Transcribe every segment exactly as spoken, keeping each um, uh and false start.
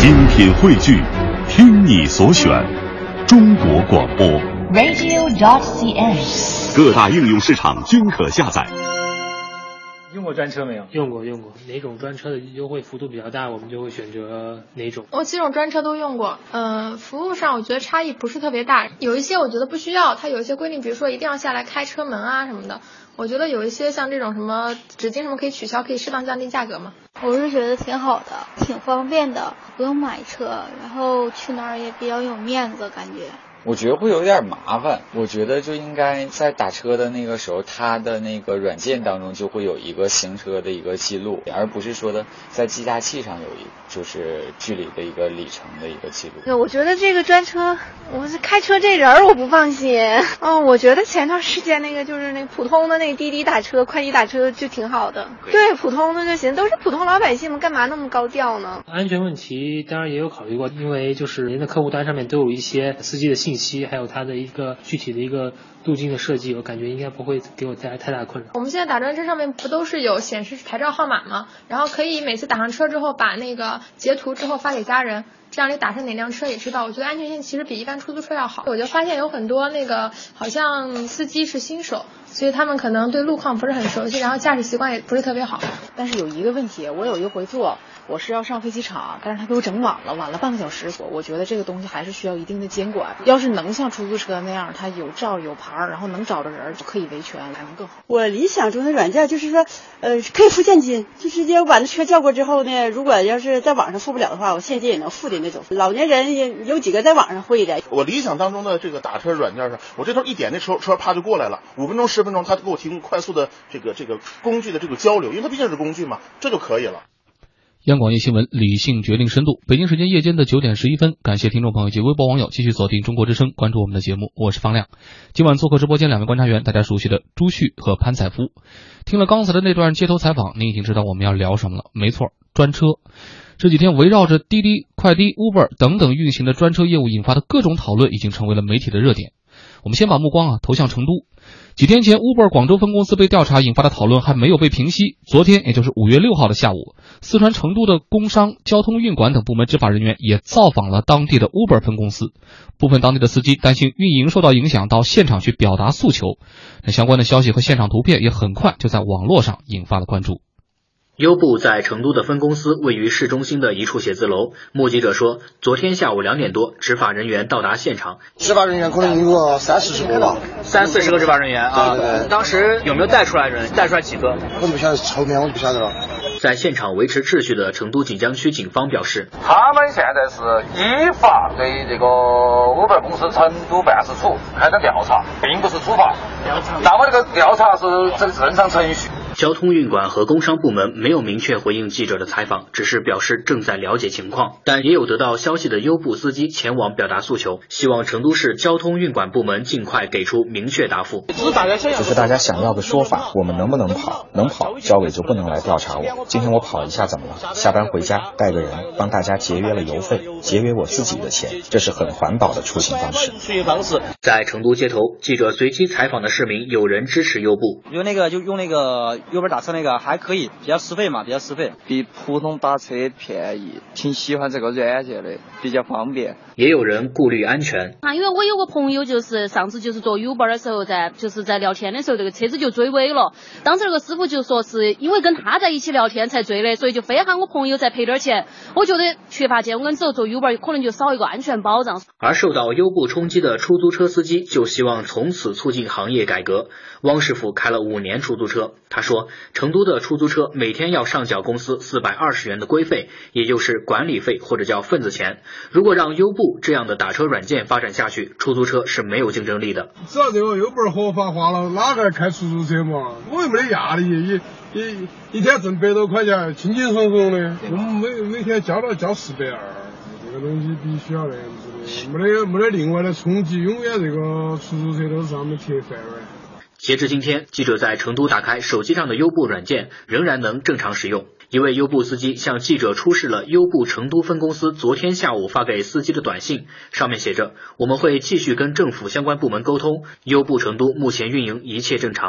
精品汇聚，听你所选，中国广播 radio dot c n， 各大应用市场均可下载。 用过专车没有？ 用过用过，哪种专车的优惠幅度比较大，我们就会选择哪种。 我几种专车都用过，嗯、呃，服务上我觉得差异不是特别大，有一些我觉得不需要，它有一些规定，比如说一定要下来开车门啊什么的。我觉得有一些像这种什么纸巾什么可以取消，可以适当降低价格嘛。 我是觉得挺好的，挺方便的，不用买车，然后去哪儿也比较有面子感觉。 我觉得会有点麻烦，我觉得就应该在打车的那个时候，它的那个软件当中就会有一个行车的一个记录，而不是说的在计价器上有一就是距离的一个里程的一个记录。 我觉得这个专车，我是开车这人我不放心。嗯，我觉得前段时间那个就是那普通的那个滴滴打车、快递打车就挺好的，对，普通的就行，都是普通老百姓嘛，干嘛那么高调呢？ 安全问题当然也有考虑过，因为就是您的客户端上面都有一些司机的信息，还有他的一个具体的一个路径的设计，我感觉应该不会给我带来太大的困扰。 我们现在打专车上面不都是有显示牌照号码吗？然后可以每次打上车之后把那个截图之后发给家人，这样你打上哪辆车也知道。我觉得安全性其实比一般出租车要好。我就发现有很多那个好像司机是新手，所以他们可能对路况不是很熟悉，然后驾驶习惯也不是特别好。 但是有一个问题，我有一回坐，我是要上飞机场，但是他给我整晚了，晚了半个小时。我觉得这个东西还是需要一定的监管。要是能像出租车那样，它有照有牌，然后能找着人，就可以维权，还能更好。 我理想中的软件就是说，呃，可以付现金，就直接我把那车叫过之后呢，如果要是在网上付不了的话，我现金也能付的那种。老年人也有几个在网上会的。 我理想当中的这个打车软件上，我这头一点那车车啪就过来了，五分钟十分钟，他给我提供快速的这个这个工具的这个交流，因为它毕竟是工具嘛，这就可以了。 央广夜新闻，理性决定深度。北京时间夜间的九点十一分，感谢听众朋友及微博网友继续锁定中国之声，关注我们的节目，我是方亮。今晚做客直播间两位观察员，大家熟悉的朱旭和潘采夫。听了刚才的那段街头采访，您已经知道我们要聊什么了。没错，专车。这几天围绕着滴滴、快滴、Uber 等等运行的专车业务引发的各种讨论，已经成为了媒体的热点。我们先把目光啊投向成都。几天前 Uber 广州分公司被调查引发的讨论还没有被平息，昨天也就是五月六号的下午，四川成都的工商、交通运管等部门执法人员也造访了当地的 Uber 分公司，部分当地的司机担心运营受到影响，到现场去表达诉求。那相关的消息和现场图片也很快就在网络上引发了关注。 优步在成都的分公司位于市中心的一处写字楼。目击者说，昨天下午两点多，执法人员到达现场。 执法人员可能有个三四十个吧， 三四十个执法人员啊。 对对对。 当时有没有带出来人？带出来几个？ 我不晓得，后面我不晓得了。 在现场维持秩序的成都锦江区警方表示， 他们现在是依法对这个 Uber 公司成都办事处开展调查，并不是处罚。那么这个调查是这个正常程序。 交通运管和工商部门没有明确回应记者的采访，只是表示正在了解情况。但也有得到消息的优步司机前往表达诉求，希望成都市交通运管部门尽快给出明确答复。 这是大家想要的说法，我们能不能跑？能跑，交委就不能来调查我。今天我跑一下怎么了？下班回家带个人，帮大家节约了邮费，节约我自己的钱，这是很环保的出行方式。 在成都街头，记者随机采访的市民有人支持优步， 用那个就用那个Uber打车那个还可以，比较实惠嘛，比较实惠， 比普通打车便宜，挺喜欢这个软件的，比较方便。 也有人顾虑安全啊，因为我有个朋友就是上次就是做 Uber 的时候，在就是在聊天的时候，这个车子就追尾了。当时这个师傅就说是因为跟他在一起聊天才追的，所以就非喊我朋友再赔点钱。我觉得缺乏监管之后做 Uber 可能就少一个安全保障。 而受到优步冲击的出租车司机就希望从此促进行业改革。汪师傅开了五年出租车，他说，成都的出租车每天要上缴公司四百二十元的规费，也就是管理费或者叫份子钱。如果让优步这样的打车软件发展下去，出租车是没有竞争力的。 只要这个优步合法化了，哪个还开出租车嘛？我又没得压力，一一一天挣百多块钱，轻轻松松的。我们每每天交了交四百二，这个东西必须要那样子的，没得没得另外的冲击，永远这个出租车都是他们铁饭碗。 截至今天，记者在成都打开手机上的优步软件，仍然能正常使用。一位优步司机向记者出示了优步成都分公司昨天下午发给司机的短信，上面写着，我们会继续跟政府相关部门沟通，优步成都目前运营一切正常。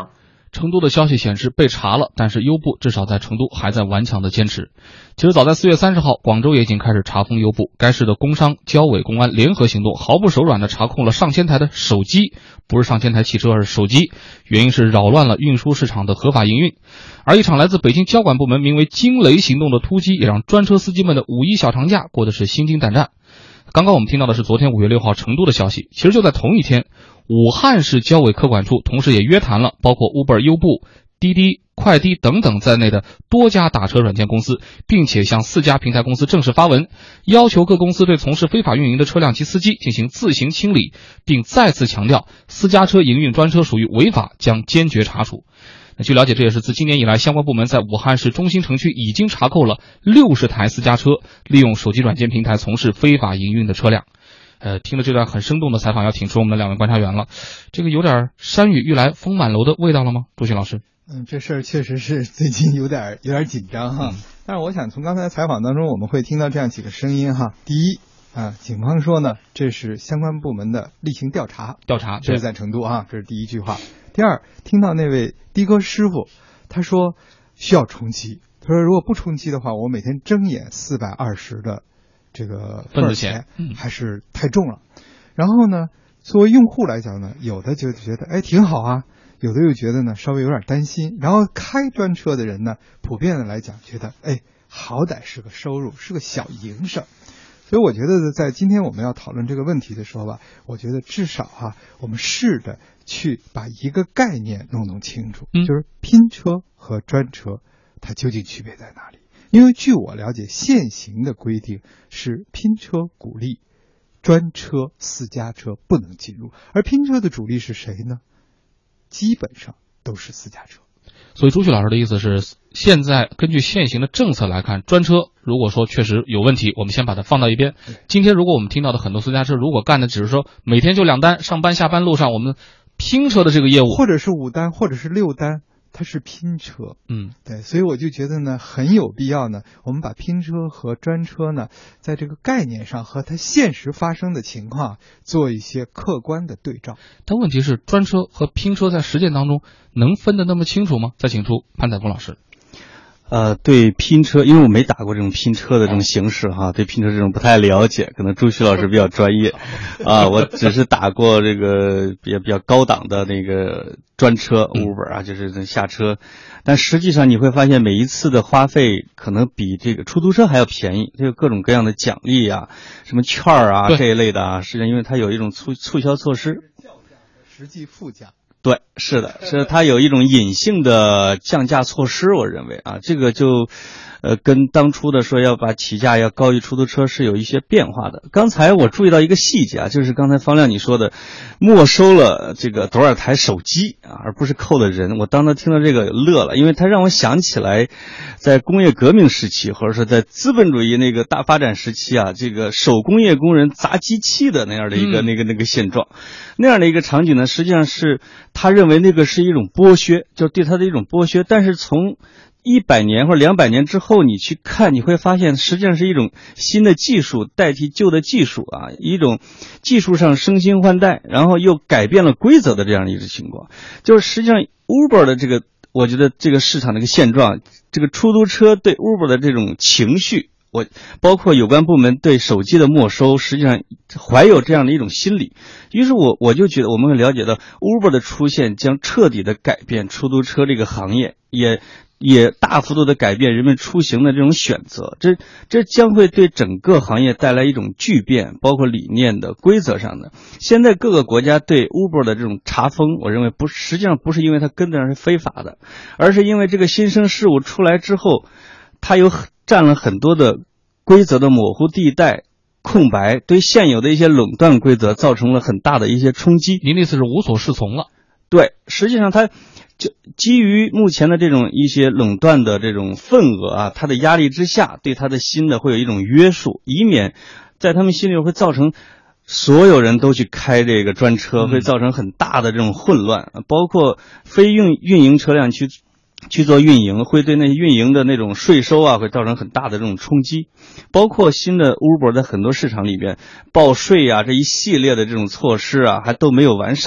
成都的消息显示被查了，但是优步至少在成都还在顽强的坚持。其实早在四月三十号，广州也已经开始查封优步，该市的工商、交委、公安联合行动，毫不手软的查控了上千台的手机，不是上千台汽车，而是手机，原因是扰乱了运输市场的合法营运。而一场来自北京交管部门名为惊雷行动的突击，也让专车司机们的五一小长假过的是心惊胆战。刚刚我们听到的是昨天五月六号成都的消息，其实就在同一天，武汉市交委科管处同时也约谈了包括 Uber、优步、滴滴、快滴等等在内的多家打车软件公司，并且向四家平台公司正式发文，要求各公司对从事非法运营的车辆及司机进行自行清理，并再次强调私家车营运专车属于违法，将坚决查处。那据了解，这也是自今年以来，相关部门在武汉市中心城区已经查扣了六十台私家车利用手机软件平台从事非法营运的车辆。呃，听了这段很生动的采访，要请出我们的两位观察员了。这个有点山雨欲来风满楼的味道了吗？朱迅老师。 嗯，这事儿确实是最近有点有点紧张哈。嗯、但是我想从刚才采访当中，我们会听到这样几个声音哈。第一啊，警方说呢，这是相关部门的例行调查， 调查， 这是在成都啊，这是第一句话。第二，听到那位的哥师傅，他说需要充气，他说如果不充气的话，我每天睁眼四百二十的这个份子钱还是太重了。嗯、然后呢，作为用户来讲呢，有的就觉得哎挺好啊，有的又觉得呢稍微有点担心。然后开专车的人呢，普遍的来讲觉得哎好歹是个收入，是个小营生。所以我觉得在今天我们要讨论这个问题的时候吧，我觉得至少哈、啊，我们试着去把一个概念弄弄清楚，嗯、就是拼车和专车它究竟区别在哪里？因为据我了解，现行的规定是拼车鼓励，专车私家车不能进入，而拼车的主力是谁呢？基本上都是私家车。 所以朱旭老师的意思是，现在根据现行的政策来看，专车如果说确实有问题，我们先把它放到一边。今天如果我们听到的很多私家车，如果干的只是说每天就两单，上班下班路上我们拼车的这个业务， 或者是五单，或者是六单，它是拼车。 嗯， 对，所以我就觉得呢，很有必要呢，我们把拼车和专车呢，在这个概念上和它现实发生的情况做一些客观的对照。 但问题是，专车和拼车在实践当中能分得那么清楚吗？再请出潘载峰老师。 呃，对拼车，因为我没打过这种拼车的这种形式哈，对拼车这种不太了解，可能朱旭老师比较专业啊，我只是打过这个比较比较高档的那个专车 Uber 啊，就是下车，但实际上你会发现每一次的花费可能比这个出租车还要便宜，这个各种各样的奖励啊，什么券啊这一类的啊，实际上因为它有一种促促销措施， 实际附加。 对，是的，是它有一种隐性的降价措施，我认为啊，这个就，呃，跟当初的说要把起价要高于出租车是有一些变化的。刚才我注意到一个细节啊，就是刚才方亮你说的，没收了这个多少台手机啊，而不是扣的人。我当时听到这个乐了，因为它让我想起来，在工业革命时期，或者说在资本主义那个大发展时期啊，这个手工业工人砸机器的那样的一个、嗯、那个那个现状，那样的一个场景呢，实际上是。他认为那个是一种剥削，就对他的一种剥削。但是从一百年或者两百年之后，你去看，你会发现实际上是一种新的技术代替旧的技术啊，一种技术上更新换代，然后又改变了规则的这样的一种情况。就是实际上 Uber 的这个，我觉得这个市场的一个现状，这个出租车对 Uber 的这种情绪。我包括有关部门对手机的没收，实际上怀有这样的一种心理，于是我我就觉得我们会了解到 Uber 的出现将彻底的改变出租车这个行业，也也大幅度的改变人们出行的这种选择，这这将会对整个行业带来一种巨变，包括理念的规则上的。现在各个国家对 Uber 的这种查封，我认为不实际上不是因为它根本上是非法的，而是因为这个新生事物出来之后，它有占了很多的规则的模糊地带空白，对现有的一些垄断规则造成了很大的一些冲击。 您的意思是无所适从了？ 对，实际上它就基于目前的这种一些垄断的这种份额啊，它的压力之下，对它的新的会有一种约束，以免在他们心里会造成所有人都去开这个专车，会造成很大的这种混乱，包括非运运营车辆去去做运营，会对那些运营的那种税收啊，会造成很大的这种冲击。包括新的 Uber 在很多市场里边报税啊，这一系列的这种措施啊，还都没有完善。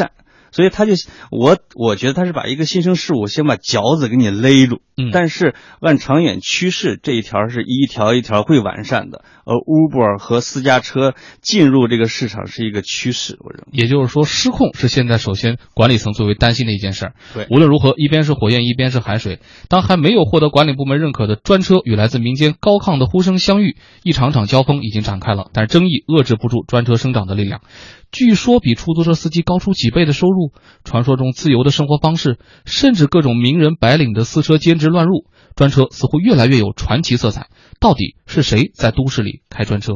所以他就我我觉得他是把一个新生事物先把嚼子给你勒住， 嗯， 但是按长远趋势这一条是一条一条会完善的，而 Uber 和私家车进入这个市场是一个趋势，我认为。 也就是说，失控是现在首先管理层最为担心的一件事儿。 对， 无论如何，一边是火焰，一边是海水。当还没有获得管理部门认可的专车与来自民间高亢的呼声相遇，一场场交锋已经展开了，但是争议遏制不住专车生长的力量。据说比出租车司机高出几倍的收入，传说中自由的生活方式，甚至各种名人白领的私车兼职乱入，专车似乎越来越有传奇色彩。到底是谁在都市里开专车？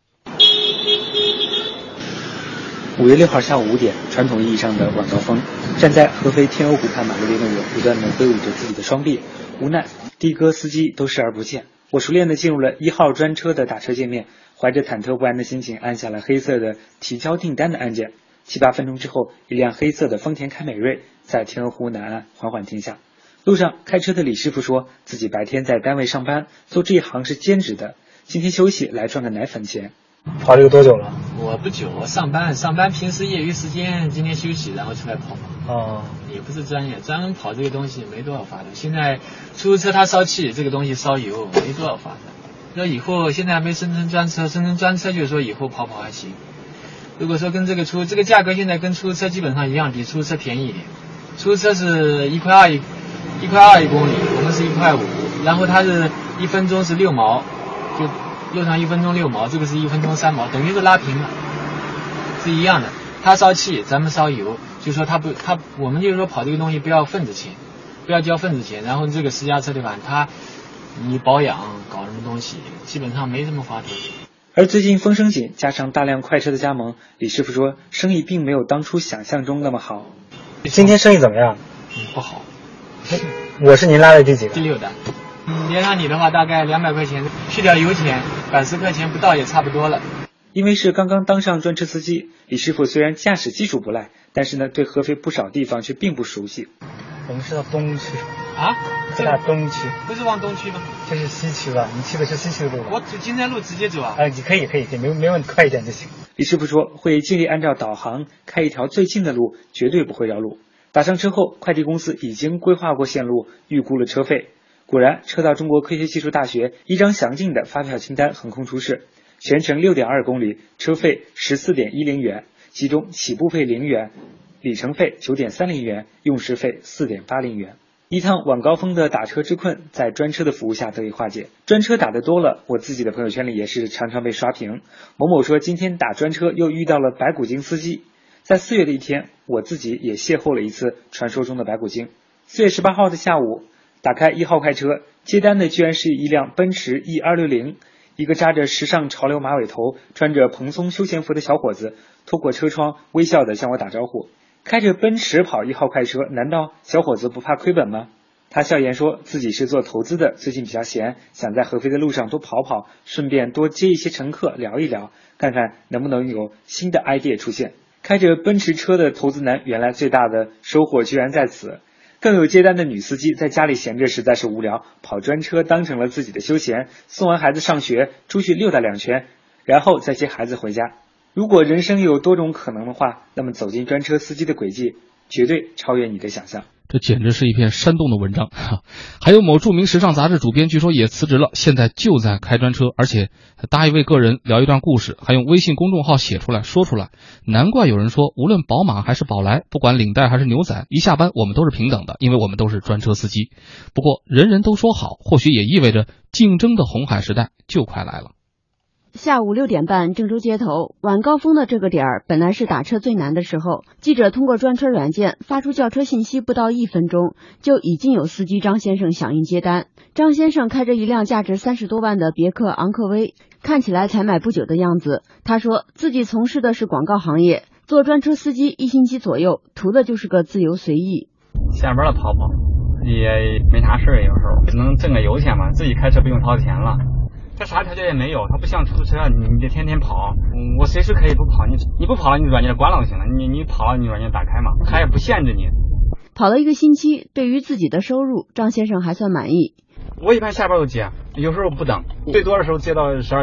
五月六号下午五点，传统意义上的晚高峰，站在合肥天鹅湖畔马路边的我，不断地挥舞着自己的双臂，无奈的哥司机都视而不见。我熟练地进入了一号专车的打车界面，怀着忐忑不安的心情按下了黑色的提交订单的按键。七八分钟之后，一辆黑色的丰田凯美瑞在天鹅湖南岸缓缓停下。路上开车的李师傅说自己白天在单位上班，做这一行是兼职的，今天休息来赚个奶粉钱。 跑这个多久了？ 我不久，我上班上班，平时业余时间，今天休息，然后出来跑。 哦， 也不是专业，专门跑这个东西没多少发展。现在出租车它烧气，这个东西烧油，没多少发展。那以后现在还没生成专车，生成专车就是说以后跑跑还行。如果说跟这个出这个价格现在跟出租车基本上一样，比出租车便宜一点。出租车是一块二一一块二一公里，我们是一块五，然后它是一分钟是六毛，就。路上一分钟六毛，这个是一分钟三毛，等于是拉平了，是一样的。他烧气，咱们烧油，就说他不他我们就是说跑这个东西不要份子钱，不要交份子钱。然后这个私家车对吧？他你保养搞什么东西，基本上没什么花头。 而最近风声紧，加上大量快车的加盟，李师傅说生意并没有当初想象中那么好。 今天生意怎么样？ 嗯，不好。 我是您拉的第几个？ 第六单。嗯，连上你的话，大概两百块钱，去掉油钱，百十块钱不到也差不多了。 因为是刚刚当上专车司机，李师傅虽然驾驶基础不赖，但是呢，对合肥不少地方却并不熟悉。 我们是到东区啊， 这到东区， 不是往东区吗？ 这是西区吧？你去的是西区的路吧？ 我走金山路直接走啊。 啊，你可以可以可以，没没问题，快一点就行。 李师傅说会尽力按照导航开一条最近的路，绝对不会绕路。打上车后，快递公司已经规划过线路，预估了车费。果然，车到中国科学技术大学，一张详尽的发票清单横空出世，全程 六点二公里，车费 十四点一零元，其中起步费零元，里程费 九点三零元，用时费 四点八零元。一趟晚高峰的打车之困，在专车的服务下得以化解。专车打得多了，我自己的朋友圈里也是常常被刷屏。某某说今天打专车又遇到了白骨精司机。在四月的一天，我自己也邂逅了一次传说中的白骨精。四月十八号的下午，打开一号快车，接单的居然是一辆奔驰 E 二六零，一个扎着时尚潮流马尾头，穿着蓬松休闲服的小伙子透过车窗微笑地向我打招呼。开着奔驰跑一号快车，难道小伙子不怕亏本吗？他笑言说自己是做投资的，最近比较闲，想在合肥的路上多跑跑，顺便多接一些乘客聊一聊，看看能不能有新的 idea 出现。开着奔驰车的投资男原来最大的收获居然在此。更有接单的女司机在家里闲着实在是无聊，跑专车当成了自己的休闲，送完孩子上学，出去溜达两圈，然后再接孩子回家。如果人生有多种可能的话，那么走进专车司机的轨迹绝对超越你的想象。 这简直是一篇煽动的文章。还有某著名时尚杂志主编据说也辞职了，现在就在开专车，而且搭一位个人聊一段故事，还用微信公众号写出来说出来。难怪有人说无论宝马还是宝来，不管领带还是牛仔，一下班我们都是平等的，因为我们都是专车司机。不过人人都说好，或许也意味着竞争的红海时代就快来了。 下午六点半，郑州街头晚高峰的这个点儿，本来是打车最难的时候。记者通过专车软件发出叫车信息，不到一分钟，就已经有司机张先生响应接单。张先生开着一辆价值三十多万的别克昂科威，看起来才买不久的样子。他说自己从事的是广告行业，做专车司机一星期左右，图的就是个自由随意。 下班了跑跑，也没啥事，有时候能挣个油钱嘛，自己开车不用掏钱了。它啥条件也没有，它不像出租车，你你得天天跑。嗯，我随时可以不跑，你你不跑了，你软件关了就行了。你你跑了，你软件打开嘛，它也不限制你。 跑了一个星期，对于自己的收入，张先生还算满意。 我一般下班就接，有时候不等，最多的时候接到十二点。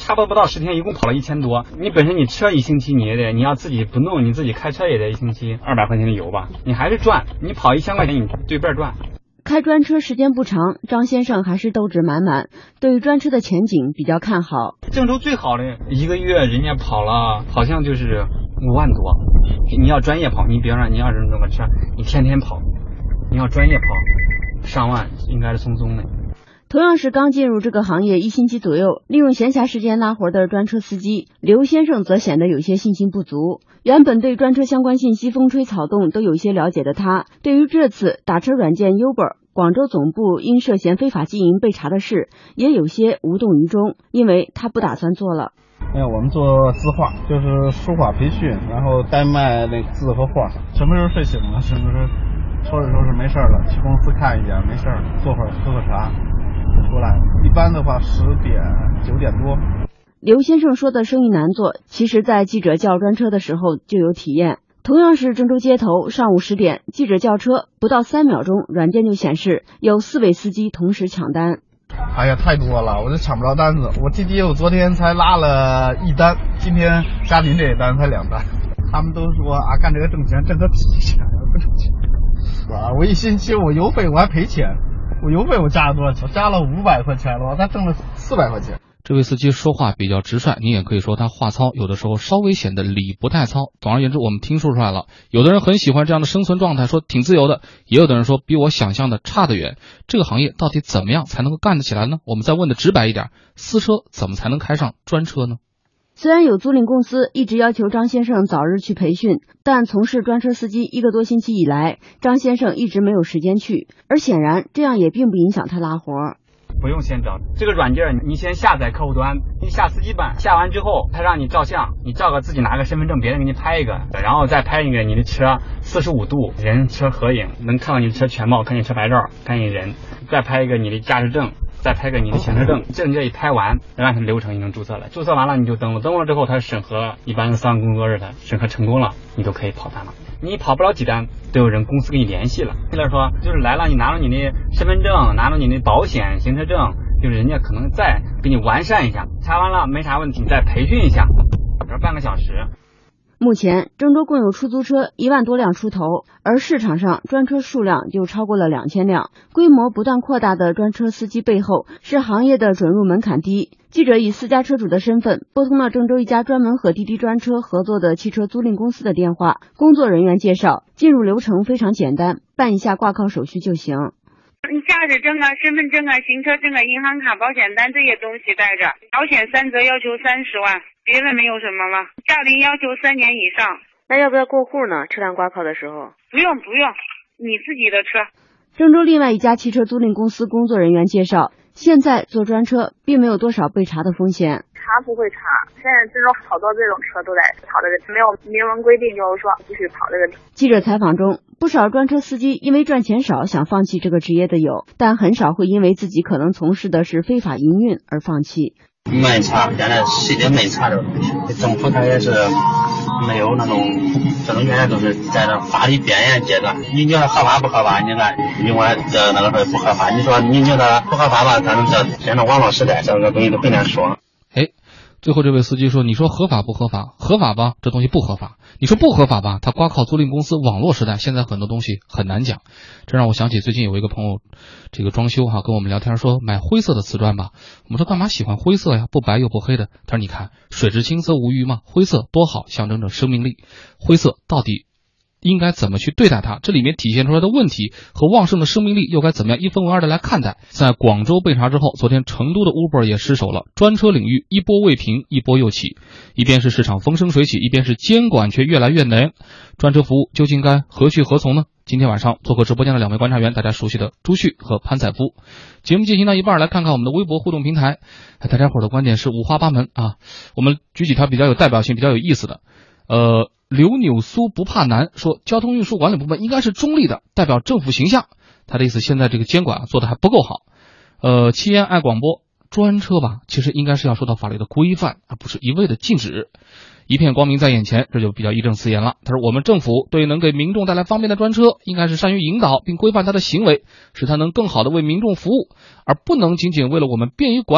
差不多不到十天，一共跑了一千多。你本身你车一星期你也得，你要自己不弄，你自己开车也得一星期二百块钱的油吧，你还是赚。你跑一千块钱，你对半赚。 开专车时间不长，张先生还是斗志满满，对于专车的前景比较看好。 郑州最好的一个月，人家跑了好像就是五万多。你要专业跑，你比方说你要是那个车，你天天跑，你要专业跑，上万应该是松松的。 同样是刚进入这个行业一星期左右，利用闲暇时间拉活的专车司机刘先生则显得有些信心不足。原本对专车相关信息风吹草动都有些了解的他，对于这次打车软件 Uber 广州总部因涉嫌非法经营被查的事，也有些无动于衷，因为他不打算做了。 哎，我们做字画，就是书法培训，然后代卖那字和画。什么时候睡醒了，什么时候收拾收拾没事了，去公司看一眼，没事坐会儿喝喝茶出来。一般的话十点九点多。 刘先生说的生意难做，其实在记者叫专车的时候就有体验。同样是郑州街头，上午十点，记者叫车，不到三秒钟，软件就显示有四位司机同时抢单。 哎呀，太多了，我就抢不着单子。我滴滴我昨天才拉了一单，今天加您这一单才两单。他们都说啊，干这个挣钱，挣个屁钱，不挣钱。啊，我一星期我油费我还赔钱，我油费我加了多少钱？我加了五百块钱了，我才挣了四百块钱。 这位司机说话比较直率，你也可以说他话糙，有的时候稍微显得理不太糙。总而言之，我们听说出来了，有的人很喜欢这样的生存状态，说挺自由的，也有的人说比我想象的差得远。这个行业到底怎么样才能够干得起来呢？我们再问的直白一点，私车怎么才能开上专车呢？ 虽然有租赁公司一直要求张先生早日去培训，但从事专车司机一个多星期以来，张先生一直没有时间去，而显然这样也并不影响他拉活。 不用先找这个软件，你先下载客户端，你下司机版，下完之后他让你照相，你照个自己拿个身份证，别人给你拍一个，然后再拍一个你的车四十五度人车合影，能看到你的车全貌，看你车牌照，看你人，再拍一个你的驾驶证，再拍个你的行车证，这你这一拍完，按他流程你能注册了，注册完了你就登录，登录了之后他审核，一般三个工作日他审核成功了，你都可以跑单了。你跑不了几单，都有人公司给你联系了。或者说就是来了，你拿着你的身份证，拿着你的保险、行车证，就是人家可能再给你完善一下，查完了没啥问题，你再培训一下，这半个小时。 目前郑州共有出租车一万多辆出头，而市场上专车数量就超过了两千辆。规模不断扩大的专车司机背后，是行业的准入门槛低。记者以私家车主的身份拨通了郑州一家专门和滴滴专车合作的汽车租赁公司的电话，工作人员介绍，进入流程非常简单，办一下挂靠手续就行。 你驾驶证啊、身份证啊、行车证啊、银行卡、保险单这些东西带着。保险三责要求三十万，别的没有什么了。驾龄要求三年以上。 那要不要过户呢？车辆挂靠的时候？ 不用不用，你自己的车。 郑州另外一家汽车租赁公司工作人员介绍，现在做专车并没有多少被查的风险。 查不会查，现在这种好多这种车都在跑这个，没有明文规定就是说继续跑这个。 记者采访中，不少专车司机因为赚钱少想放弃这个职业的有，但很少会因为自己可能从事的是非法营运而放弃。 没查，现在细节没查着，政府它也是没有那种，这种原来都是在那法律边缘阶段。你觉得合法不合法？你看，另外这那个说不合法，你说你觉得不合法吧？咱们这现在网络时代，这个东西都很难说。 哎，最后这位司机说：“你说合法不合法？合法吧，这东西不合法；你说不合法吧，它光靠租赁公司。网络时代，现在很多东西很难讲。这让我想起最近有一个朋友，这个装修哈，跟我们聊天说买灰色的瓷砖吧。我们说干嘛喜欢灰色呀？不白又不黑的。他说你看，水至清则无鱼嘛，灰色多好，象征着生命力。灰色到底应该怎么去对待它？这里面体现出来的问题和旺盛的生命力又该怎么样一分为二的来看待？在广州被查之后，昨天成都的 Uber 也失手了，专车领域一波未平，一波又起，一边是市场风生水起，一边是监管却越来越难，专车服务究竟该何去何从呢？今天晚上做客直播间的两位观察员，大家熟悉的朱旭和潘采夫。节目进行到一半，来看看我们的微博互动平台，大家伙的观点是五花八门啊。我们举几条比较有代表性、比较有意思的。呃。刘纽苏不怕难说，交通运输管理部门应该是中立的，代表政府形象。他的意思，现在这个监管啊做的还不够好。呃，七烟爱广播，专车吧，其实应该是要受到法律的规范，而不是一味的禁止。一片光明在眼前，这就比较义正辞严了。他说，我们政府对能给民众带来方便的专车，应该是善于引导并规范他的行为，使他能更好的为民众服务，而不能仅仅为了我们便于管理，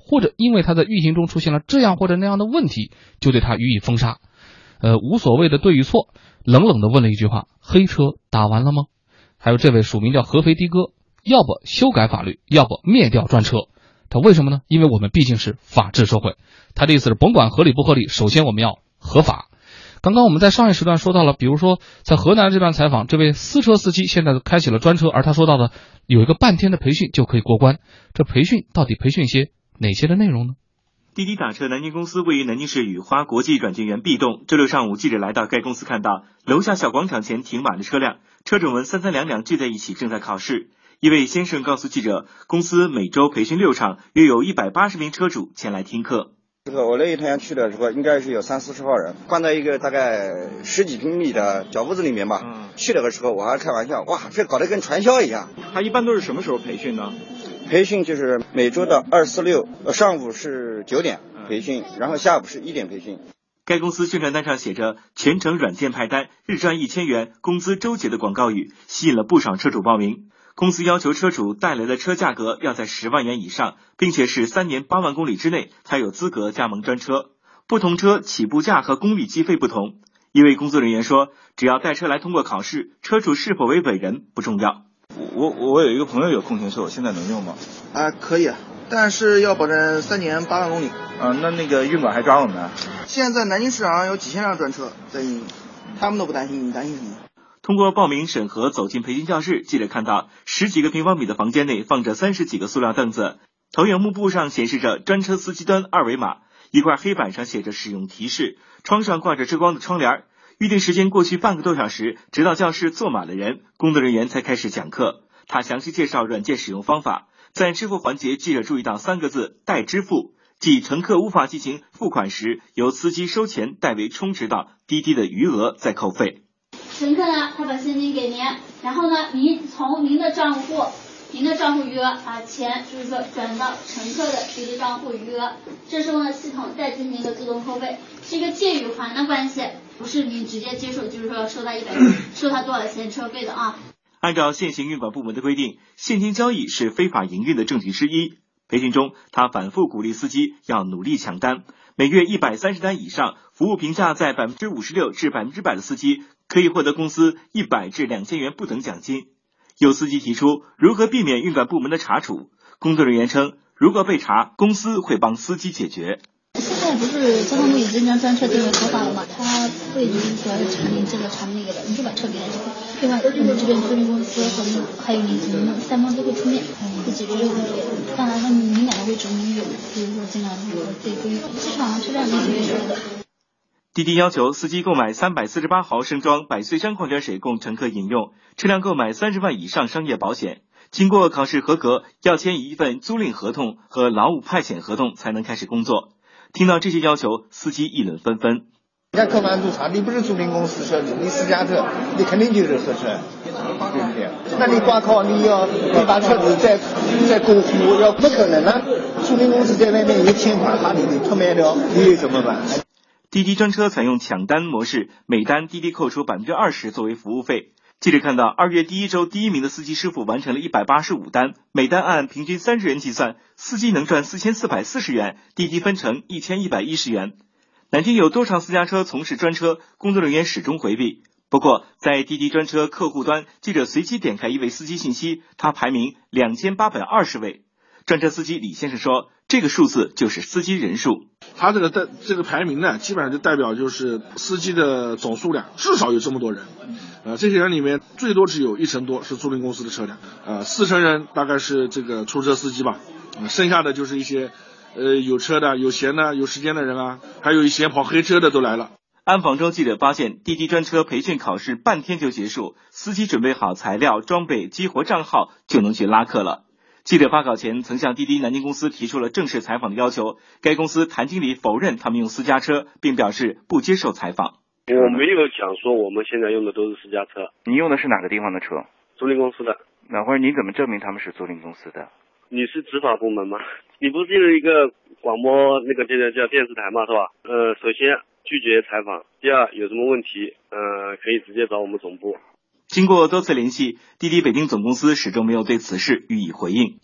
或者因为他在运行中出现了这样或者那样的问题，就对他予以封杀。呃，无所谓的对与错，冷冷地问了一句话：黑车打完了吗？还有这位署名叫合肥的哥，要不修改法律，要不灭掉专车。他为什么呢？因为我们毕竟是法治社会。他的意思是甭管合理不合理，首先我们要合法。刚刚我们在上一时段说到了，比如说在河南这段采访，这位私车司机现在开启了专车，而他说到的有一个半天的培训就可以过关。这培训到底培训些哪些的内容呢？ 滴滴打车南京公司位于南京市雨花国际软件园 B 栋。周六上午，记者来到该公司，看到楼下小广场前停满了车辆，车主们三三两两聚在一起，正在考试。一位先生告诉记者，公司每周培训六场，约有一百八十名车主前来听课。 这个我那一天去的时候，应该是有三四十号人，关在一个大概十几平米的小屋子里面吧。嗯，去那个时候我还开玩笑，哇，这搞得跟传销一样。 他一般都是什么时候培训呢？ 培训就是每周的二四六，上午是九点培训，然后下午是一点培训。 该公司宣传单上写着全程软件派单，日赚一千元，工资周结的广告语，吸引了不少车主报名。公司要求车主带来的车价格要在十万元以上，并且是三年八万公里之内才有资格加盟专车。不同车起步价和公里计费不同。一位工作人员说，只要带车来通过考试，车主是否为本人不重要。 我我有一个朋友有空勤车，我现在能用吗？ 啊，可以，但是要保证三年八万公里。 啊，那那个运管还抓我们呢？ 现在南京市场有几千辆专车在运营，他们都不担心，你担心什么？ 通过报名审核走进培训教室，记者看到十几个平方米的房间内放着三十几个塑料凳子，投影幕布上显示着专车司机端二维码，一块黑板上写着使用提示，窗上挂着遮光的窗帘。预定时间过去半个多小时，直到教室坐满了人，工作人员才开始讲课。他详细介绍软件使用方法。在支付环节，记者注意到三个字：代支付，即乘客无法进行付款时，由司机收钱代为充值到滴滴的余额再扣费。 乘客呢，他把现金给您，然后呢，您从您的账户，您的账户余额把钱就是说转到乘客的滴滴账户余额，这时候呢，系统再进行一个自动扣费，是一个借与还的关系，不是你直接接受，就是说收他一百，收他多少钱车费的啊。 按照现行运管部门的规定，现金交易是非法营运的证据之一。培训中，他反复鼓励司机要努力抢单，每月一百三十单以上，服务评价在百分之五十六至百分之百的司机可以获得公司一百至两千元不等奖金。有司机提出如何避免运管部门的查处，工作人员称，如果被查，公司会帮司机解决。 现在不是交通部已经将专车定为合法了吗？他会就是说查你这个查那个的，你就把车给他就好。另外，我们这边租赁公司和你还有你你们三方都会出面，会解决这个问题。当然了，你两个会指明有，比如说尽量这个对规机场车辆是没有的。 滴滴要求司机购买三百四十八毫升装百岁山矿泉水供乘客饮用，车辆购买三十万以上商业保险。经过考试合格，要签一份租赁合同和劳务派遣合同才能开始工作。听到这些要求，司机议论纷纷。 人家客观督查，你不是租赁公司车，你私家车，你肯定就是合车，对不对？那你挂靠你要你把车子再再过户，要不可能啊！租赁公司在外面有钱款把你给脱卖掉，你怎么办？ 滴滴专车采用抢单模式，每单滴滴扣除百分之二十作为服务费。记者看到，二月第一周第一名的司机师傅完成了一百八十五单，每单按平均三十元计算，司机能赚四千四百四十元，滴滴分成一千一百一十元。南京有多场私家车从事专车，工作人员始终回避。不过，在滴滴专车客户端，记者随机点开一位司机信息，他排名两千八百二十位。专车司机李先生说，这个数字就是司机人数。 他这个代这个排名呢，基本上就代表就是司机的总数量，至少有这么多人。呃，这些人里面最多只有一成多是租赁公司的车辆，呃，四成人大概是这个出租车司机吧，呃，剩下的就是一些呃有车的、有闲的、有时间的人啊，还有一些跑黑车的都来了。 安防州记者发现，滴滴专车培训考试半天就结束，司机准备好材料、装备、激活账号就能去拉客了。记者发稿前曾向滴滴南京公司提出了正式采访的要求，该公司谭经理否认他们用私家车，并表示不接受采访。 我没有讲说我们现在用的都是私家车。 你用的是哪个地方的车？ 租赁公司的。 那或者你怎么证明他们是租赁公司的？ 你是执法部门吗？你不是有一个广播那个这个叫电视台嘛，是吧？呃，首先拒绝采访，第二有什么问题，呃，可以直接找我们总部。 经过多次联系，滴滴北京总公司始终没有对此事予以回应。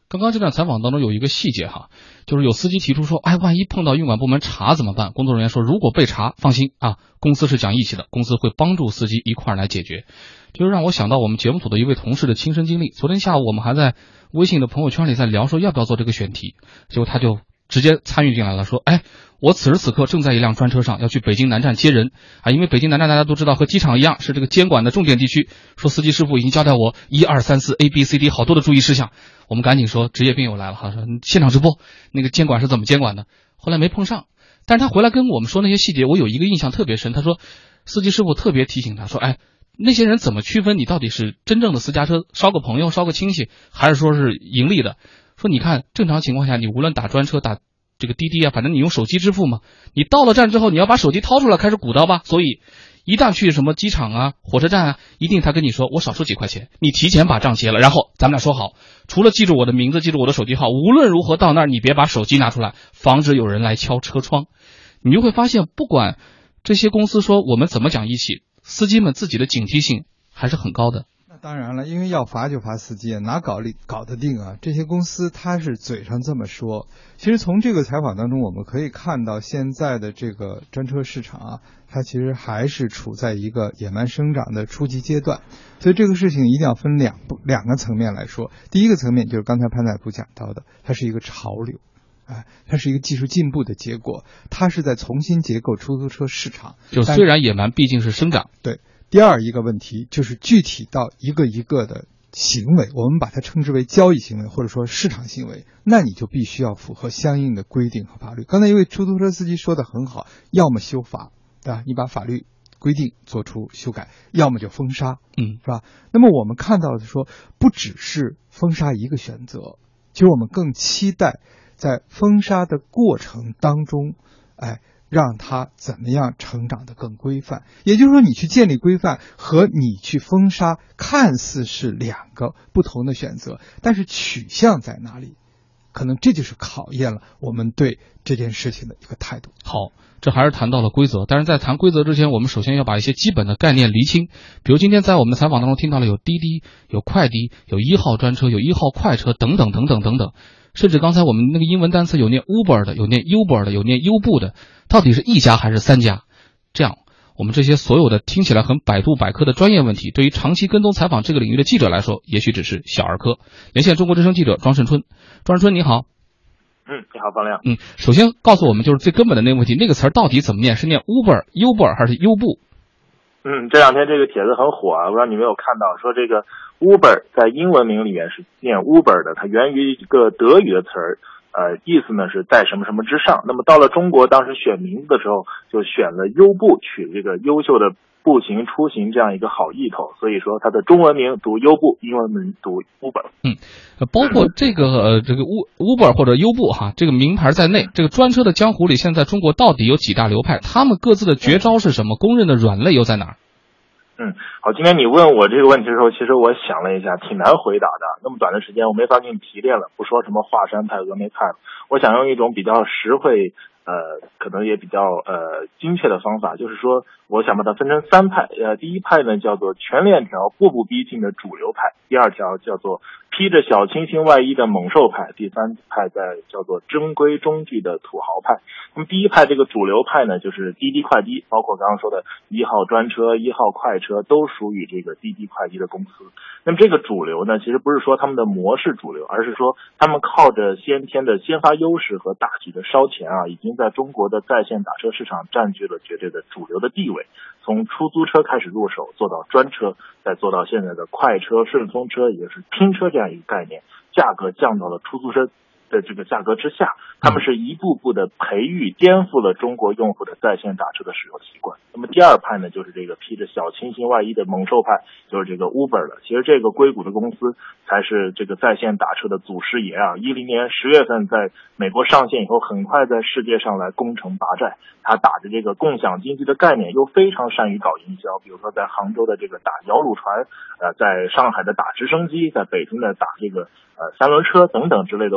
刚刚这段采访当中有一个细节哈，就是有司机提出说，哎，万一碰到运管部门查怎么办？工作人员说，如果被查，放心啊，公司是讲义气的，公司会帮助司机一块儿来解决。就是让我想到我们节目组的一位同事的亲身经历。昨天下午我们还在微信的朋友圈里在聊说要不要做这个选题，结果他就直接参与进来了，说，哎，我此时此刻正在一辆专车上，要去北京南站接人啊，因为北京南站大家都知道和机场一样是这个监管的重点地区，说司机师傅已经交代我一二三四 A B C D 好多的注意事项。我们赶紧说职业病友来了哈，说现场直播那个监管是怎么监管的，后来没碰上。但是他回来跟我们说那些细节，我有一个印象特别深。他说司机师傅特别提醒他说，哎，那些人怎么区分你到底是真正的私家车捎个朋友捎个亲戚，还是说是盈利的？说你看正常情况下你无论打专车打这个滴滴啊，反正你用手机支付嘛，你到了站之后你要把手机掏出来开始鼓捣吧，所以一旦去什么机场啊火车站啊，一定他跟你说我少收几块钱，你提前把账结了，然后咱们俩说好，除了记住我的名字记住我的手机号，无论如何到那儿你别把手机拿出来，防止有人来敲车窗。你就会发现不管这些公司说我们怎么讲义气，司机们自己的警惕性还是很高的。 那当然了，因为要罚就罚司机，哪搞里搞得定啊？这些公司他是嘴上这么说，其实从这个采访当中我们可以看到，现在的这个专车市场啊，它其实还是处在一个野蛮生长的初级阶段。所以这个事情一定要分两两个层面来说。第一个层面就是刚才潘大夫讲到的，它是一个潮流。哎，它是一个技术进步的结果，它是在重新结构出租车市场。 就虽然野蛮，毕竟是生长。 对。第二一个问题就是具体到一个一个的行为，我们把它称之为交易行为或者说市场行为，那你就必须要符合相应的规定和法律。刚才一位出租车司机说的很好，要么修法，对吧？你把法律规定做出修改，要么就封杀， 嗯， 是吧？那么我们看到的说，不只是封杀一个选择，其实我们更期待在封杀的过程当中，哎，让它怎么样成长得更规范。也就是说，你去建立规范和你去封杀看似是两个不同的选择，但是取向在哪里，可能这就是考验了我们对这件事情的一个态度。 好，这还是谈到了规则，但是在谈规则之前，我们首先要把一些基本的概念厘清。比如今天在我们的采访当中听到了有滴滴、有快滴、有一号专车、有一号快车等等等等等等，甚至刚才我们那个英文单词有念 Uber 的，有念 Uber 的，有念优步的，到底是一家还是三家？这样我们这些所有的听起来很百度百科的专业问题，对于长期跟踪采访这个领域的记者来说，也许只是小儿科。连线中国之声记者庄胜春。庄胜春你好。 嗯，你好，方亮。 嗯，首先告诉我们就是最根本的那个问题，那个词儿到底怎么念？是念 Uber、Uber 还是优步？ 嗯，这两天这个帖子很火啊，不知道你有没有看到，说这个 Uber 在英文名里面是念 Uber 的，它源于一个德语的词儿，呃，意思呢是在什么什么之上。那么到了中国，当时选名字的时候就选了优步，取这个优秀的步行出行这样一个好意头，所以说它的中文名读优步，英文名读 Uber。 嗯，包括这个呃这个 Uber 或者优步哈，这个名牌在内，这个专车的江湖里，现在中国到底有几大流派？他们各自的绝招是什么？公认的软肋又在哪儿？ 嗯，好，今天你问我这个问题的时候，其实我想了一下，挺难回答的。那么短的时间，我没法给你提炼了，不说什么华山派、峨眉派了。我想用一种比较实惠，呃，可能也比较呃精确的方法，就是说，我想把它分成三派。呃，第一派呢叫做全链条、步步逼近的主流派；第二条叫做披着小清新外衣的猛兽派；第三派在叫做中规中矩的土豪派。那么第一派这个主流派呢，就是滴滴快滴，包括刚刚说的一号专车、一号快车都属于这个滴滴快滴的公司。那么这个主流呢，其实不是说他们的模式主流，而是说他们靠着先天的先发优势和大举的烧钱啊，已经在中国的在线打车市场占据了绝对的主流的地位。从出租车开始入手，做到专车，再做到现在的快车、顺风车，也就是拼车这样一个概念，价格降到了出租车的这个价格之下，他们是一步步的培育颠覆了中国用户的在线打车的使用习惯。那么第二派呢，就是这个披着小清新外衣的猛兽派，就是这个 Uber 了。其实这个硅谷的公司才是这个在线打车的祖师爷啊！一零年十月份在美国上线以后，很快在世界上来攻城拔寨。他打着这个共享经济的概念，又非常善于搞营销，比如说在杭州的这个打摇橹船，呃，在上海的打直升机，在北京的打这个呃三轮车等等之类的活动，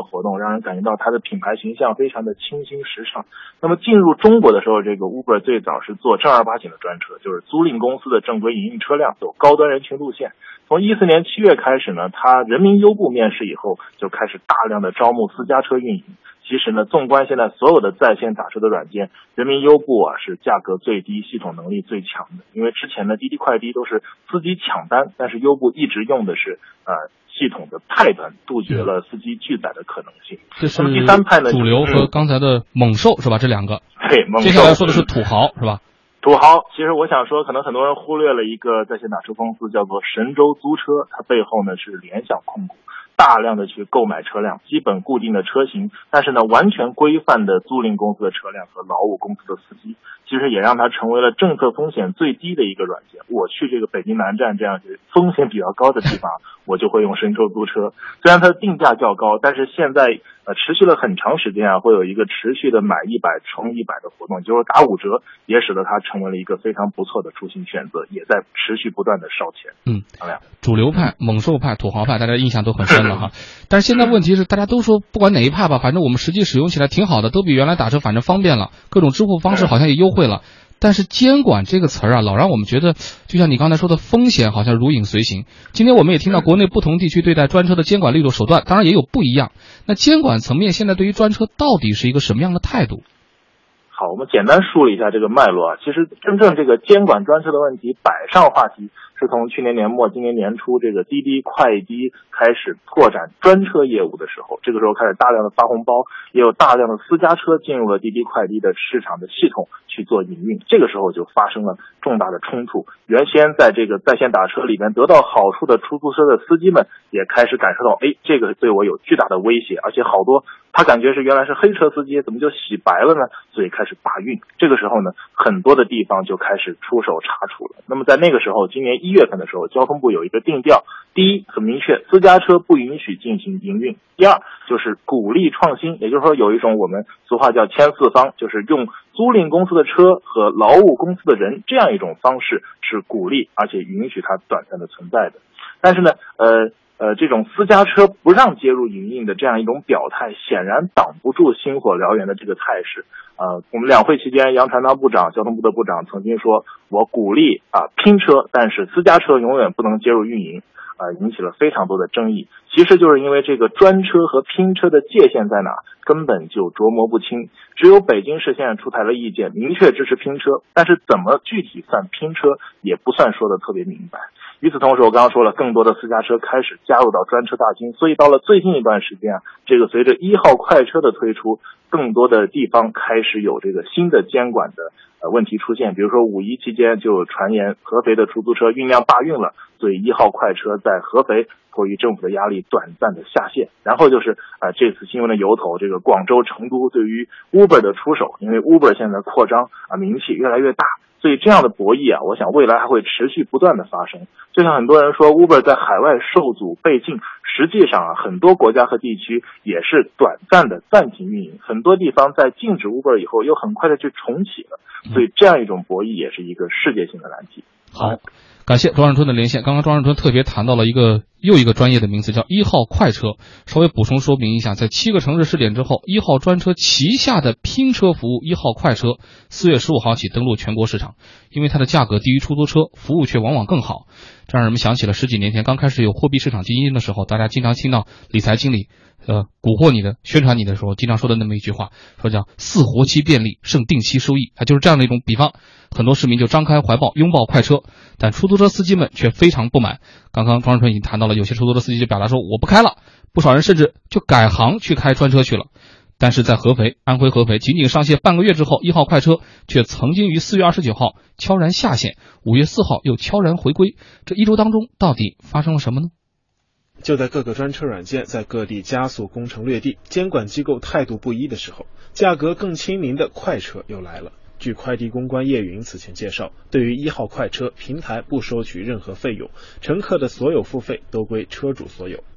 让人感觉到它的品牌形象非常的清新时尚。那么进入中国的时候，这个 Uber 最早是做正儿八经的专车，就是租赁公司的正规营运车辆，走高端人群路线。从一四年七月开始呢，它人民优步面世以后，就开始大量的招募私家车运营。其实呢，纵观现在所有的在线打车的软件，人民优步啊是价格最低、系统能力最强的。因为之前的滴滴快滴都是司机抢单，但是优步一直用的是呃系统的派单，杜绝了司机拒载的可能性。 这是第三派呢， 主流和刚才的猛兽是吧？这两个。 对，猛兽。 接下来说的是土豪是吧？ 土豪，其实我想说，可能很多人忽略了一个在线打车公司，叫做神州租车，它背后呢是联想控股。大量的去购买车辆，基本固定的车型，但是呢，完全规范的租赁公司的车辆和劳务公司的司机，其实也让它成为了政策风险最低的一个软件。我去这个北京南站这样风险比较高的地方，我就会用神州租车。虽然它的定价较高，但是现在呃持续了很长时间啊，会有一个持续的买一百充一百的活动，就是打五折，也使得它成为了一个非常不错的出行选择，也在持续不断的烧钱。 嗯，主流派、猛兽派、土豪派，大家印象都很深了哈。但是现在问题是，大家都说不管哪一派吧，反正我们实际使用起来挺好的，都比原来打车反正方便了，各种支付方式好像也优惠了。但是监管这个词儿啊，老让我们觉得，就像你刚才说的，风险好像如影随形。今天我们也听到国内不同地区对待专车的监管力度手段，当然也有不一样。那监管层面现在对于专车到底是一个什么样的态度？ 好，我们简单梳理一下这个脉络啊。其实真正这个监管专车的问题摆上话题，是从去年年末今年年初这个滴滴快滴开始拓展专车业务的时候，这个时候开始大量的发红包，也有大量的私家车进入了滴滴快滴的市场的系统去做营运，这个时候就发生了重大的冲突。原先在这个在线打车里面得到好处的出租车的司机们也开始感受到，哎，这个对我有巨大的威胁，而且好多他感觉是原来是黑车司机，怎么就洗白了呢？所以开始罢运。这个时候呢，很多的地方就开始出手查处了。那么在那个时候，今年一月份的时候，交通部有一个定调：第一，很明确，私家车不允许进行营运；第二，就是鼓励创新，也就是说有一种我们俗话叫牵四方，就是用租赁公司的车和劳务公司的人这样一种方式，是鼓励而且允许它短暂的存在的。但是呢，呃。呃，这种私家车不让接入营运的这样一种表态，显然挡不住星火燎原的这个态势。呃，我们两会期间，杨传达部长、交通部的部长曾经说，我鼓励啊拼车，但是私家车永远不能接入运营，啊、呃，引起了非常多的争议。其实就是因为这个专车和拼车的界限在哪，根本就琢磨不清。只有北京市现在出台了意见，明确支持拼车，但是怎么具体算拼车，也不算说的特别明白。与此同时，我刚刚说了，更多的私家车开始加入到专车大军，所以到了最近一段时间啊，这个随着一号快车的推出，更多的地方开始有这个新的监管的呃问题出现。比如说五一期间就传言合肥的出租车运量罢运了，所以一号快车在合肥迫于政府的压力短暂的下线。然后就是呃这次新闻的由头，这个广州、成都对于 Uber 的出手，因为 Uber 现在扩张啊，名气越来越大。所以这样的博弈啊，我想未来还会持续不断的发生。就像很多人说 Uber 在海外受阻被禁，实际上啊，很多国家和地区也是短暂的暂停运营，很多地方在禁止 Uber 以后又很快的去重启了。所以这样一种博弈也是一个世界性的难题。 好，感谢庄胜春的连线。刚刚庄胜春特别谈到了一个又一个专业的名词，叫一号快车。稍微补充说明一下，在七个城市试点之后，一号专车旗下的拼车服务一号快车四月十五号起登陆全国市场。因为它的价格低于出租车，服务却往往更好，这让人们想起了十几年前刚开始有货币市场基金的时候，大家经常听到理财经理呃蛊惑你的、宣传你的时候经常说的那么一句话，说叫四活期便利胜定期收益，它就是这样的一种比方。很多市民就张开怀抱拥抱快车，但出租车司机们却非常不满。刚刚庄胜春已经谈到了，有些出租车司机就表达说我不开了，不少人甚至就改行去开专车去了。但是在合肥，安徽合肥仅仅上线半个月之后，一号快车却曾经于四月二十九号悄然下线，五月四号又悄然回归。这一周当中到底发生了什么呢？ 就在各个专车软件在各地加速攻城略地，监管机构态度不一的时候，价格更亲民的快车又来了。据快递公关叶云此前介绍，对于一号快车，平台不收取任何费用，乘客的所有付费都归车主所有。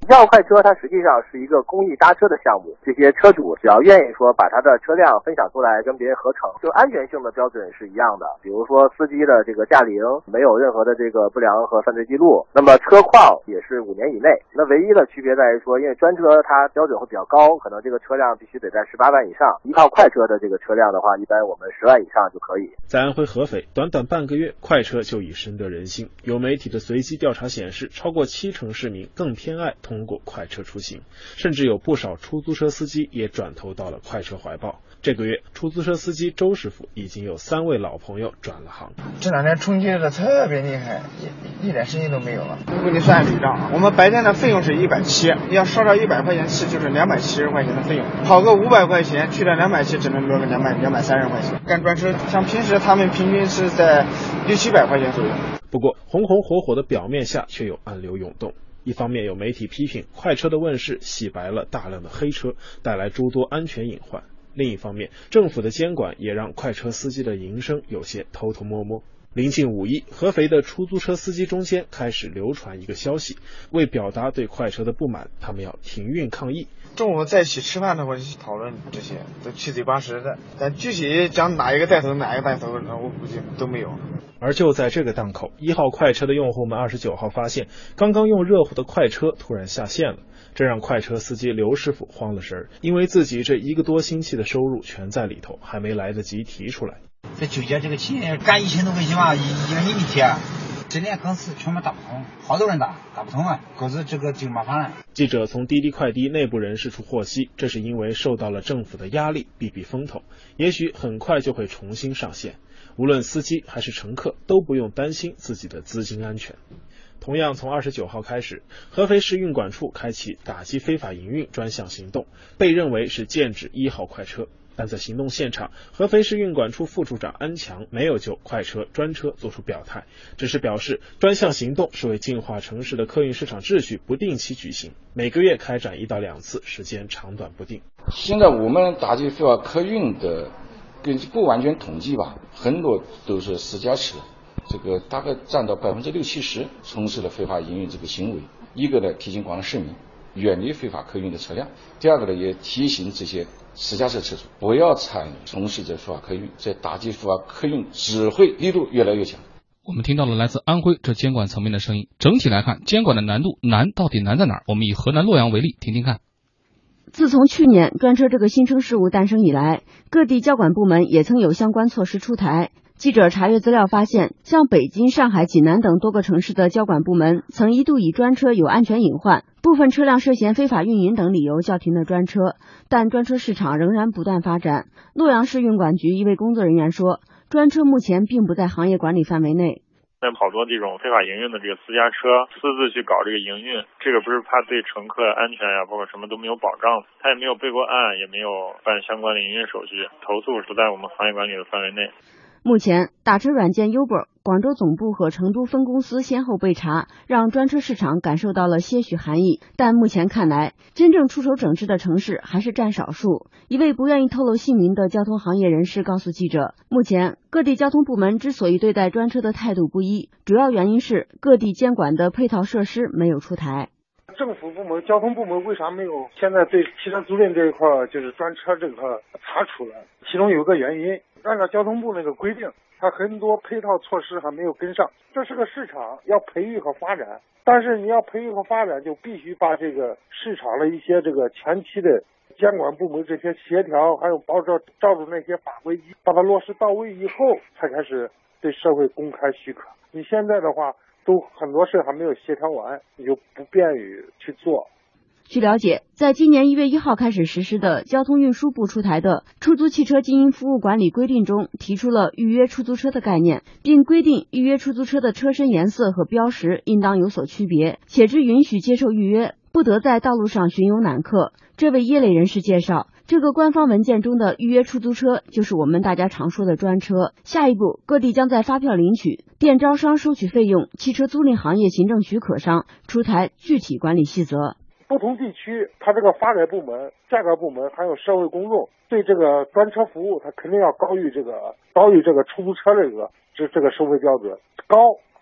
一号快车它实际上是一个公益搭车的项目，这些车主只要愿意说把他的车辆分享出来跟别人合成，就安全性的标准是一样的。比如说司机的这个驾龄没有任何的这个不良和犯罪记录，那么车况也是五年以内。那唯一的区别在于说，因为专车它标准会比较高，可能这个车辆必须得在十八万以上，一号快车的这个车辆的话，一般我们十万以上就可以。 在安徽合肥，短短半个月，快车就已深得人心。有媒体的随机调查显示，超过七成市民更偏爱通过快车出行，甚至有不少出租车司机也转投到了快车怀抱。这个月，出租车司机周师傅已经有三位老朋友转了行。 这两天冲击的特别厉害，一一点声音都没有了。如果你算笔账，我们白天的费用是一百七，要烧到一百块钱气就是两百七十块钱的费用，跑个五百块钱去掉两百七，只能落个两百两百三十块钱。干专车，像平时他们平均是在六七百块钱左右。 不过，红红火火的表面下却有暗流涌动。一方面有媒体批评快车的问世洗白了大量的黑车，带来诸多安全隐患。另一方面，政府的监管也让快车司机的营生有些偷偷摸摸。临近五一，合肥的出租车司机中间开始流传一个消息，为表达对快车的不满，他们要停运抗议。 中午在一起吃饭的话，讨论这些都七嘴八舌的，但具体讲哪一个带头哪一个带头，我估计都没有。 而就在这个档口，一号快车的用户们二十九号发现，刚刚用热乎的快车突然下线了，这让快车司机刘师傅慌了神儿，因为自己这一个多星期的收入全在里头，还没来得及提出来。 这酒驾这个钱干一千多块钱嘛，一一个人一天，这两公司全部打不通，好多人打打不通啊，可是这个就麻烦了。 记者从滴滴快滴内部人士处获悉，这是因为受到了政府的压力，避避风头，也许很快就会重新上线。无论司机还是乘客都不用担心自己的资金安全。同样，从二十九号开始，合肥市运管处开启打击非法营运专项行动，被认为是剑指一号快车。但在行动现场，合肥市运管处副处长安强没有就快车、专车做出表态，只是表示专项行动是为净化城市的客运市场秩序不定期举行，每个月开展一到两次，时间长短不定。 现在我们打击非法客运的根据不完全统计吧，很多都是私家车，这个大概占到百分之六七十从事了非法营运这个行为。一个呢，提醒广大市民远离非法客运的车辆；第二个呢，也提醒这些私家车车主不要参与从事这非法客运，这打击非法客运只会力度越来越强。 我们听到了来自安徽这监管层面的声音。整体来看，监管的难度难到底难在哪儿？我们以河南洛阳为例，听听看。 自从去年专车这个新生事物诞生以来，各地交管部门也曾有相关措施出台。记者查阅资料发现，像北京、上海、济南等多个城市的交管部门曾一度以专车有安全隐患、部分车辆涉嫌非法运营等理由叫停了专车，但专车市场仍然不断发展。洛阳市运管局一位工作人员说，专车目前并不在行业管理范围内。 在好多这种非法营运的这个私家车私自去搞这个营运，这个不是怕对乘客安全呀，包括什么都没有保障，他也没有备过案，也没有办相关的营运手续，投诉不在我们行业管理的范围内。 目前，打车软件 Uber 广州总部和成都分公司先后被查，让专车市场感受到了些许寒意。但目前看来，真正出手整治的城市还是占少数。一位不愿意透露姓名的交通行业人士告诉记者，目前各地交通部门之所以对待专车的态度不一，主要原因是各地监管的配套设施没有出台。 政府部门、交通部门为啥没有现在对汽车租赁这一块，就是专车这块查处了？其中有个原因，按照交通部那个规定，它很多配套措施还没有跟上。这是个市场，要培育和发展，但是你要培育和发展，就必须把这个市场的一些这个前期的监管部门这些协调，还有包照照着那些法规，把它落实到位以后，才开始对社会公开许可。你现在的话，都很多事还没有协调完，你就不便于去做。 据了解，在今年一月一号开始实施的交通运输部出台的《出租汽车经营服务管理规定》中，提出了预约出租车的概念，并规定预约出租车的车身颜色和标识应当有所区别，且只允许接受预约，不得在道路上巡游揽客。这位业内人士介绍，这个官方文件中的预约出租车就是我们大家常说的专车。下一步，各地将在发票领取、店招商收取费用、汽车租赁行业行政许可上出台具体管理细则。 不同地区，它这个发改部门、价格部门还有社会公众对这个专车服务，它肯定要高于这个高于这个出租车这个这这个收费标准高，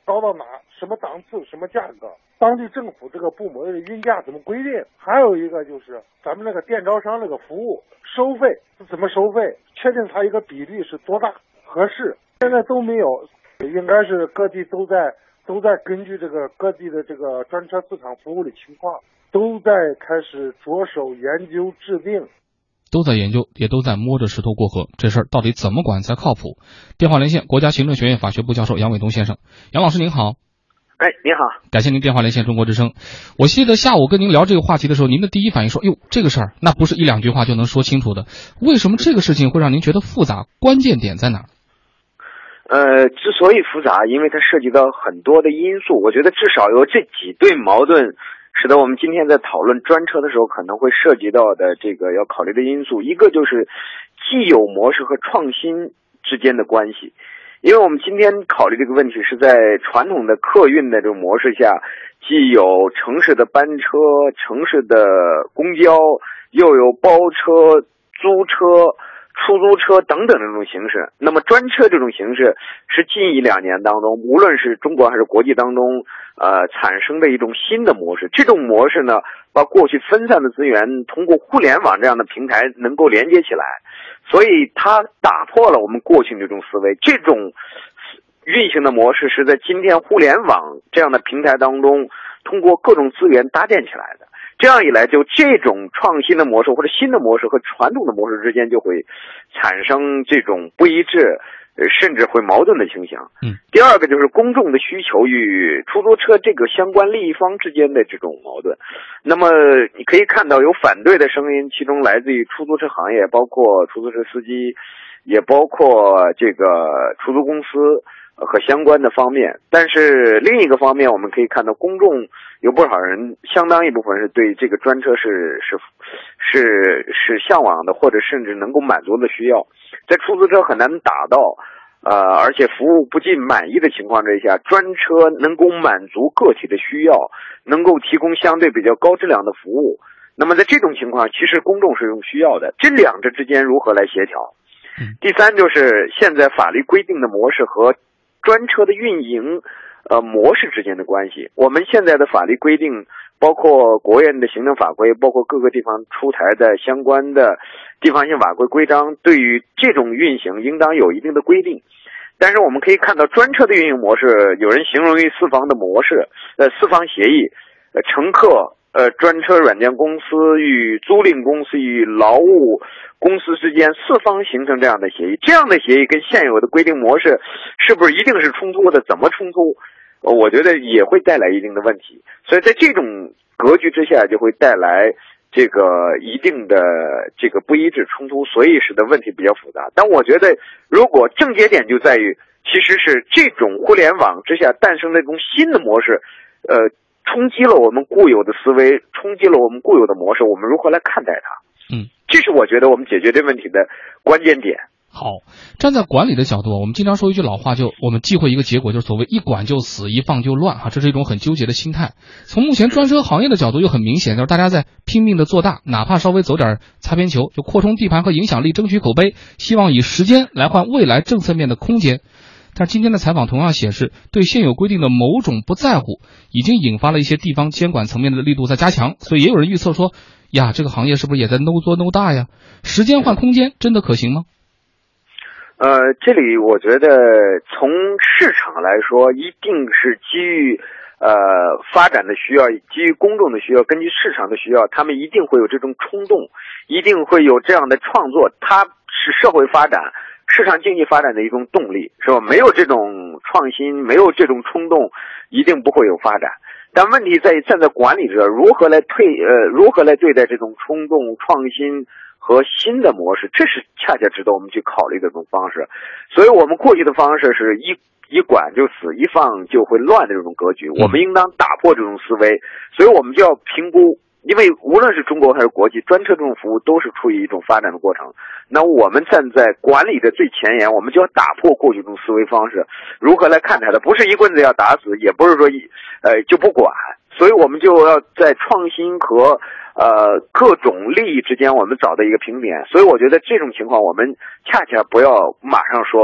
高到哪，什么档次，什么价格，当地政府这个部门的运价怎么规定？还有一个就是咱们那个电招商那个服务收费是怎么收费，确定它一个比例是多大合适，现在都没有，应该是各地都在都在根据这个各地的这个专车市场服务的情况，都在开始着手研究制定。 都在研究，也都在摸着石头过河，这事儿到底怎么管才靠谱？电话连线国家行政学院法学部教授杨伟东先生。杨老师您好。 哎，你好， 感谢您电话连线中国之声。我记得下午跟您聊这个话题的时候，您的第一反应说，哟，这个事儿那不是一两句话就能说清楚的，为什么这个事情会让您觉得复杂？关键点在哪儿？ 呃，之所以复杂，因为它涉及到很多的因素，我觉得至少有这几对矛盾使得我们今天在讨论专车的时候可能会涉及到的这个要考虑的因素，一个就是既有模式和创新之间的关系。因为我们今天考虑这个问题是在传统的客运的这种模式下，既有城市的班车、城市的公交，又有包车、租车、出租车等等这种形式。那么专车这种形式是近一两年当中，无论是中国还是国际当中呃产生的一种新的模式。这种模式呢，把过去分散的资源通过互联网这样的平台能够连接起来，所以它打破了我们过去这种思维。这种运行的模式是在今天互联网这样的平台当中通过各种资源搭建起来的。这样一来，就这种创新的模式或者新的模式和传统的模式之间就会产生这种不一致，甚至会矛盾的倾向。 嗯， 第二个就是公众的需求与出租车这个相关利益方之间的这种矛盾。那么你可以看到有反对的声音，其中来自于出租车行业，包括出租车司机，也包括这个出租公司和相关的方面。但是另一个方面，我们可以看到公众有不少人，相当一部分是对这个专车是是是是向往的，或者甚至能够满足的需要。在出租车很难达到呃，而且服务不尽满意的情况之下，专车能够满足个体的需要，能够提供相对比较高质量的服务。那么在这种情况，其实公众是有需要的，这两者之间如何来协调？第三就是现在法律规定的模式和专车的运营呃模式之间的关系。我们现在的法律规定，包括国务院的行政法规，包括各个地方出台的相关的地方性法规规章，对于这种运行应当有一定的规定。但是我们可以看到专车的运营模式，有人形容于四方的模式，呃，四方协议，呃，乘客、呃，专车软件公司与租赁公司与劳务公司之间四方形成这样的协议。这样的协议跟现有的规定模式是不是一定是冲突的？怎么冲突？呃，我觉得也会带来一定的问题。所以在这种格局之下，就会带来这个一定的这个不一致冲突，所以使得问题比较复杂。但我觉得如果症结点就在于，其实是这种互联网之下诞生的这种新的模式，呃，冲击了我们固有的思维，冲击了我们固有的模式，我们如何来看待它？ 嗯， 这是我觉得我们解决这问题的关键点。 好，站在管理的角度，我们经常说一句老话，就我们忌讳一个结果，就是所谓一管就死，一放就乱哈，这是一种很纠结的心态。从目前专车行业的角度又很明显，就是大家在拼命的做大，哪怕稍微走点擦边球，就扩充地盘和影响力，争取口碑，希望以时间来换未来政策面的空间。但今天的采访同样显示，对现有规定的某种不在乎，已经引发了一些地方监管层面的力度在加强。所以也有人预测说，呀，这个行业是不是也在 no 做 no 大呀？时间换空间真的可行吗？ 呃，这里我觉得从市场来说，一定是基于呃发展的需要，基于公众的需要，根据市场的需要，他们一定会有这种冲动，一定会有这样的创作，它是社会发展、市场经济发展的一种动力，是吧？没有这种创新，没有这种冲动，一定不会有发展。但问题在于站在管理者如何来退呃如何来对待这种冲动、创新和新的模式，这是恰恰值得我们去考虑的这种方式。所以我们过去的方式是一一管就死，一放就会乱的这种格局，我们应当打破这种思维。所以我们就要评估，因为无论是中国还是国际，专车这种服务都是处于一种发展的过程。那我们站在管理的最前沿，我们就要打破过去这种思维方式，如何来看待它？不是一棍子要打死，也不是说一呃就不管。所以我们就要在创新和呃各种利益之间，我们找到一个平点。所以我觉得这种情况，我们恰恰不要马上说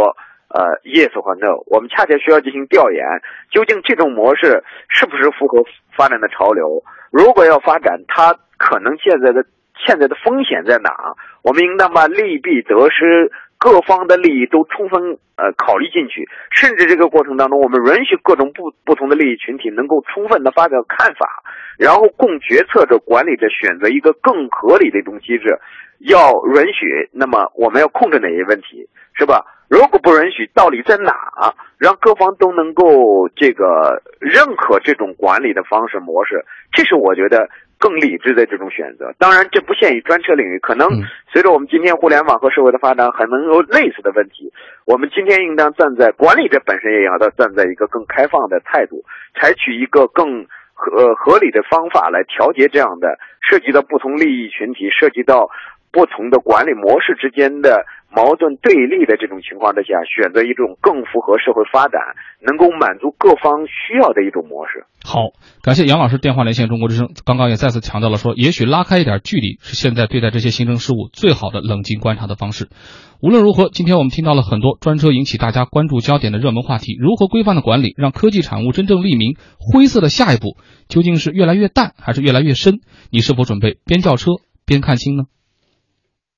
呃 yes 或 no， 我们恰恰需要进行调研，究竟这种模式是不是符合发展的潮流？如果要发展，它可能现在的现在的风险在哪？我们应当把利弊得失各方的利益都充分呃考虑进去，甚至这个过程当中，我们允许各种不不同的利益群体能够充分的发表看法，然后供决策者、管理者选择一个更合理的一种机制。要允许，那么我们要控制哪些问题，是吧？如果不允许，道理在哪？让各方都能够这个认可这种管理的方式模式，这是我觉得更理智的这种选择。当然，这不限于专车领域，可能随着我们今天互联网和社会的发展，很能有类似的问题。我们今天应当站在管理者本身也要站在一个更开放的态度，采取一个更合合理的方法来调节这样的涉及到不同利益群体、涉及到不同的管理模式之间的矛盾对立的这种情况之下，选择一种更符合社会发展、能够满足各方需要的一种模式。 好，感谢杨老师电话连线中国之声。刚刚也再次强调了说，也许拉开一点距离是现在对待这些行政事务最好的冷静观察的方式。无论如何，今天我们听到了很多专车引起大家关注焦点的热门话题，如何规范的管理，让科技产物真正利民？灰色的下一步究竟是越来越淡还是越来越深？你是否准备边叫车边看清呢？